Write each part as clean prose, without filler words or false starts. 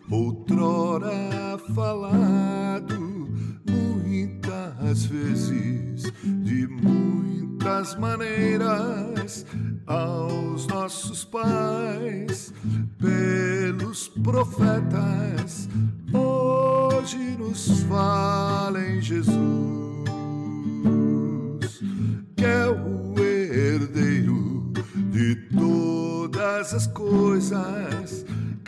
outrora falado muitas vezes, de muitas maneiras, aos nossos pais, pelos profetas, hoje nos fala em Jesus, que é o herdeiro de todas as coisas,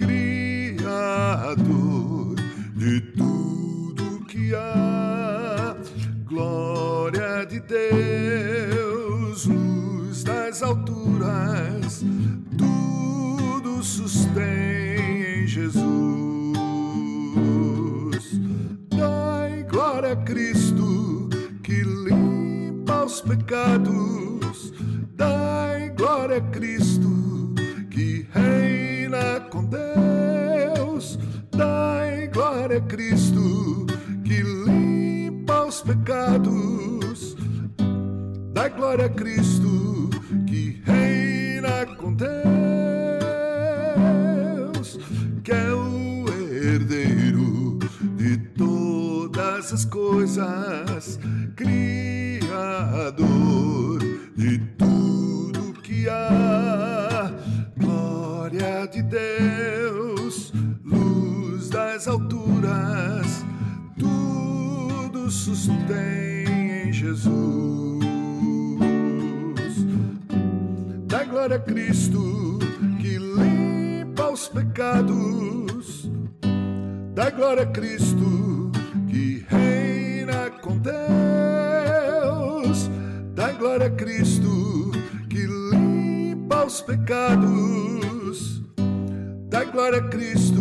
Criador de tudo que há. Glória de Deus, luz das alturas, tudo sustém em Jesus. Dai glória a Cristo que limpa os pecados, dai glória a Cristo que reina com Deus, dai glória a Cristo que limpa os pecados, dai glória a Cristo que reina com Deus, que é o herdeiro de todas as coisas, Criador de tudo que há. Glória de Deus, luz das alturas, tudo sustém em Jesus. Dai glória a Cristo que limpa os pecados, dai glória a Cristo que reina com Deus, dai glória a Cristo que limpa os pecados, dai glória a Cristo